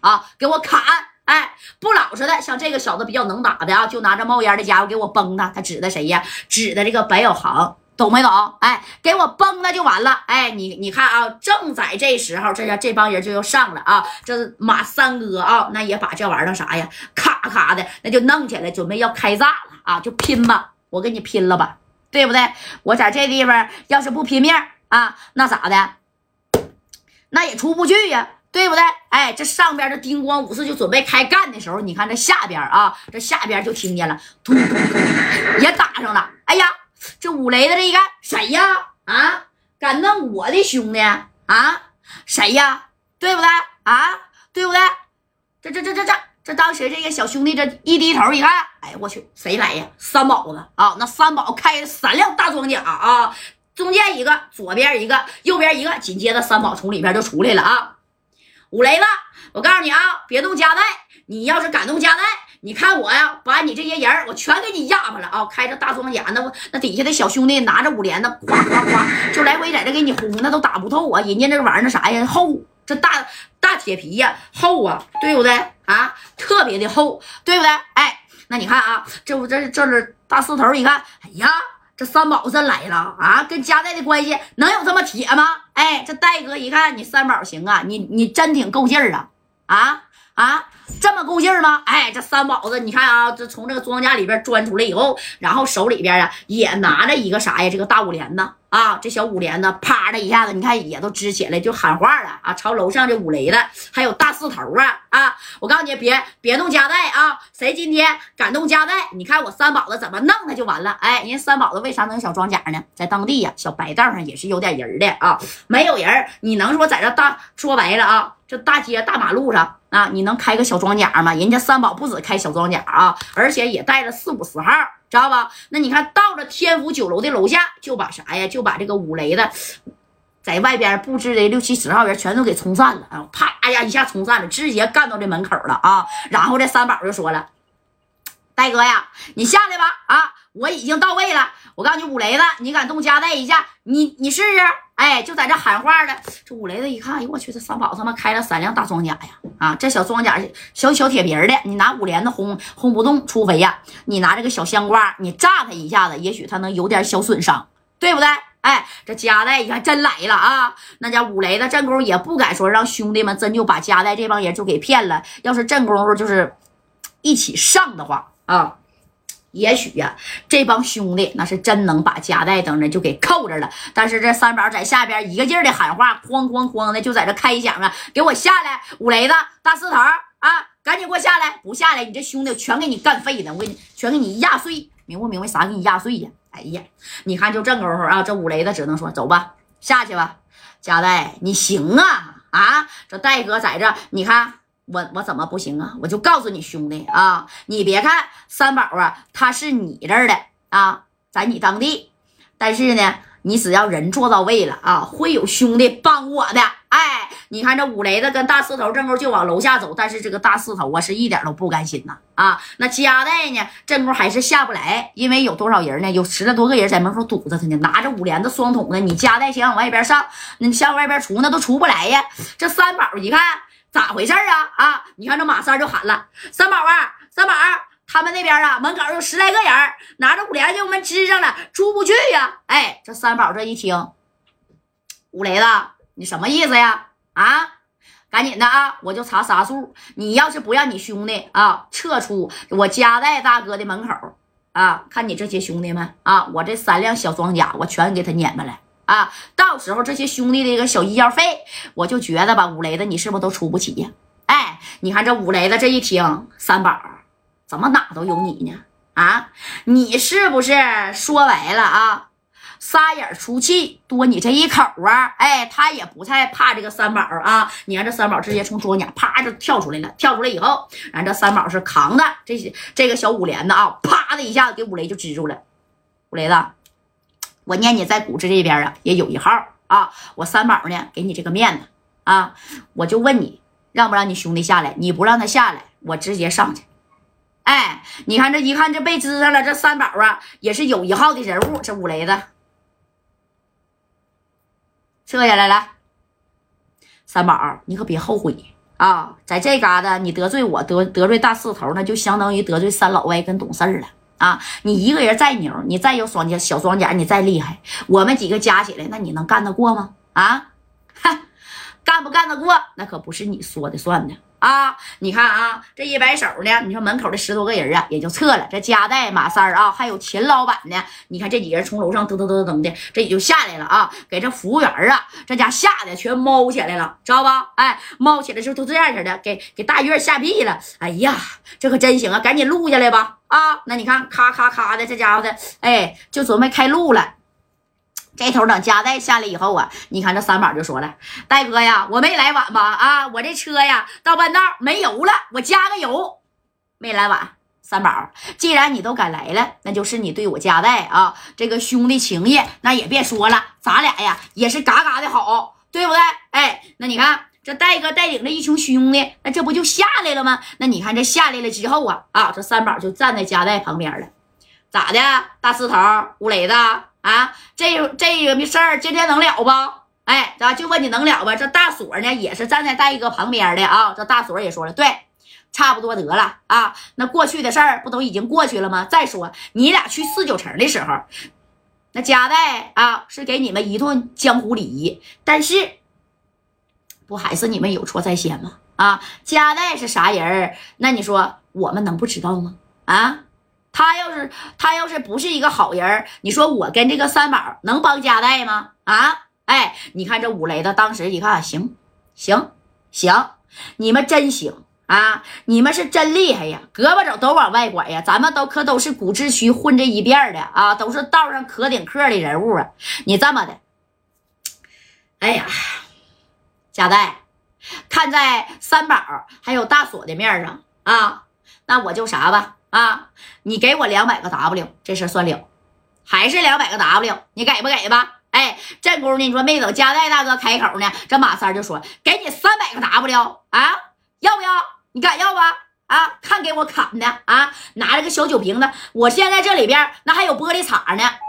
啊，给我砍！哎，不老实的，像这个小子比较能打的啊，就拿着冒烟的家伙给我崩他。他指的谁呀？指的这个白小航。懂没懂？哎，给我崩了就完了。哎，你看啊，正在这时候，这帮人就要上了啊。这马三哥啊，那也把这玩意儿啥呀，咔咔的那就弄起来，准备要开炸了啊，就拼吧，我跟你拼了吧，对不对？我在这地方要是不拼命啊，那咋的？那也出不去呀。对不对？哎，这上边这叮咣五四就准备开干的时候，你看这下边啊，这下边就听见了，突突突，也打上了。哎呀！这五雷的这一看，谁呀？啊，敢弄我的兄弟啊？谁呀？对不对？啊，对不对？这当时这个小兄弟这一低头一看，哎呀，我去，谁来呀？三宝子啊！那三宝开了3辆大装甲啊，中间一个，左边一个，右边一个，紧接着三宝从里边就出来了啊！五雷子，我告诉你啊，别动加带，你要是敢动加带。你看我呀，把你这些人我全给你压巴了啊！开着大装甲，那底下的小兄弟拿着5连的，哗哗哗就来回在这给你轰，那都打不透啊！人家这玩意儿那啥呀，厚，这大铁皮呀，厚啊，对不对啊？特别的厚，对不对？哎，那你看啊，这是大四头，一看，哎呀，这三宝真来了啊！跟加代的关系能有这么铁吗？哎，这戴哥一看你三宝行啊，你真挺够劲儿啊！这么够劲儿吗？哎，这三宝子，你看啊，这从这个庄稼里边钻出来以后，然后手里边啊也拿着一个啥呀？这个大5连呢啊，这小5连呢，啪的一下子，你看也都支起来，就喊话了啊，朝楼上这五雷的，还有大四头啊！我告诉你，别动加带啊！谁今天敢动加带，你看我三宝子怎么弄他就完了。哎，人家三宝子为啥能有小装甲呢？在当地呀，小白道上也是有点人的啊，没有人，你能说在这说白了啊，这大街大马路上。啊，你能开个小装甲吗？人家三宝不止开小装甲啊，而且也带了4、50号，知道吧？那你看到了天府酒楼的楼下，就把啥呀？就把这个五雷的在外边布置的6、70号人全都给冲散了啊！啪呀一下冲散了，直接干到这门口了啊！然后这三宝就说了：“戴哥呀，你下来吧啊！我已经到位了。我告诉你，五雷子，你敢动加带一下，你试试。”哎，就在这喊话的，这五雷子一看，哎呦我去，这三宝他妈开了3辆大装甲呀！啊，这小装甲小铁皮的，你拿5连的轰不动，除非呀，你拿这个小香瓜，你炸他一下子，也许他能有点小损伤，对不对？哎，这加代一看真来了啊！那家五雷子正宫也不敢说让兄弟们真就把加代这帮人就给骗了，要是正功夫就是一起上的话啊。也许呀，这帮兄弟那是真能把加代等人就给扣着了。但是这三宝在下边一个劲儿的喊话，哐哐哐的就在这开响啊！给我下来，五雷子大四头啊，赶紧给我下来！不下来，你这兄弟全给你干废了，我给你全给你压碎，明不明白啥给你压碎呀？哎呀，你看就这功夫啊，这五雷子只能说走吧，下去吧，加代你行啊！这戴哥在这，你看。我怎么不行啊？我就告诉你兄弟啊，你别看三宝啊，他是你这儿的啊，在你当地，但是呢，你只要人做到位了啊，会有兄弟帮我的。哎，你看这五雷子跟大四头正勾就往楼下走，但是这个大四头啊是一点都不甘心呐啊！那加代呢，正勾还是下不来，因为有多少人呢？有10来多个人在门口堵着他呢，拿着5连的双筒的，你加代想往外边上，你向外边出那都出不来呀。这三宝一看。咋回事啊？你看这马三就喊了：“三宝啊，三宝！他们那边啊，门口有10来个人，拿着5连就我们支上了，出不去呀！”哎，这三宝这一听，五雷子，你什么意思呀？啊，赶紧的啊，我就查啥数。你要是不让你兄弟啊撤出我加代大哥的门口啊，看你这些兄弟们啊，我这3辆小装甲我全给他撵回来。啊，到时候这些兄弟的一个小医药费，我就觉得吧，五雷子你是不是都出不起呀？哎，你看这五雷子这一听，三宝怎么哪都有你呢？啊，你是不是说白了啊？撒眼出气，多你这一口啊！哎，他也不太怕这个三宝啊。你看这三宝直接从桌甲啪就跳出来了，跳出来以后，然后这三宝是扛的这个小5连的啊，啪的一下子给五雷就支住了。五雷子。我念你在古志这边啊，也有1号啊。我三宝呢，给你这个面子啊，我就问你，让不让你兄弟下来？你不让他下来，我直接上去。哎，你看这一看这被支上了，这三宝啊，也是有1号的人物。这五雷子撤下来了，三宝，你可别后悔啊，在这嘎达你得罪我，得罪大四头，那就相当于得罪三老歪跟懂事儿了啊！你一个人再牛，你再有小双甲，你再厉害，我们几个加起来，那你能干得过吗？啊，哈，干不干得过，那可不是你说的算的。啊，你看啊，这一摆手呢，你说门口的10多个人啊，也就撤了。这加代、马三啊，还有秦老板呢，你看这几个人从楼上噔的，这也就下来了啊，给这服务员啊，这家吓得全猫起来了，知道吧？哎，猫起来之后都这样式的，给大院吓屁了。哎呀，这可真行啊，赶紧录下来吧。啊，那你看咔咔咔的，这家伙的，哎，就准备开录了。这头等加代下来以后啊，你看这三宝就说了：“戴哥呀，我没来晚吧？啊，我这车呀到半道没油了，我加个油。没来晚，三宝，既然你都敢来了，那就是你对我加代啊这个兄弟情谊，那也别说了，咱俩呀也是嘎嘎的好，对不对？哎，那你看这戴哥带领着一群兄弟，那这不就下来了吗？那你看这下来了之后啊，这三宝就站在加代旁边了，咋的？大四头，吴雷子。”啊，这个事儿今天能了吧？哎，就问你能了吧？这大锁呢也是站在戴哥旁边的啊。这大锁也说了，对，差不多得了啊。那过去的事儿不都已经过去了吗？再说你俩去49城的时候，那加代啊是给你们一顿江湖礼仪，但是不还是你们有错在先吗？啊，加代是啥人？那你说我们能不知道吗？啊？他要是不是一个好人，你说我跟这个三宝能帮加代吗？啊，哎，你看这五雷的当时一看，行，你们真行啊，你们是真厉害呀，胳膊肘都往外拐呀，咱们都是古之区混这一遍的啊，都是道上可顶客的人物啊，你这么的，哎呀，加代，看在三宝还有大锁的面上啊，那我就啥吧。啊，你给我200个 W， 这事算了，还是200个 W， 你给不给吧？哎，这功夫你说没等加代大哥开口呢，这马三就说给你300个 W 啊，要不要？你敢要吧？啊，看给我砍的啊！拿着个小酒瓶子，我现在这里边那还有玻璃碴呢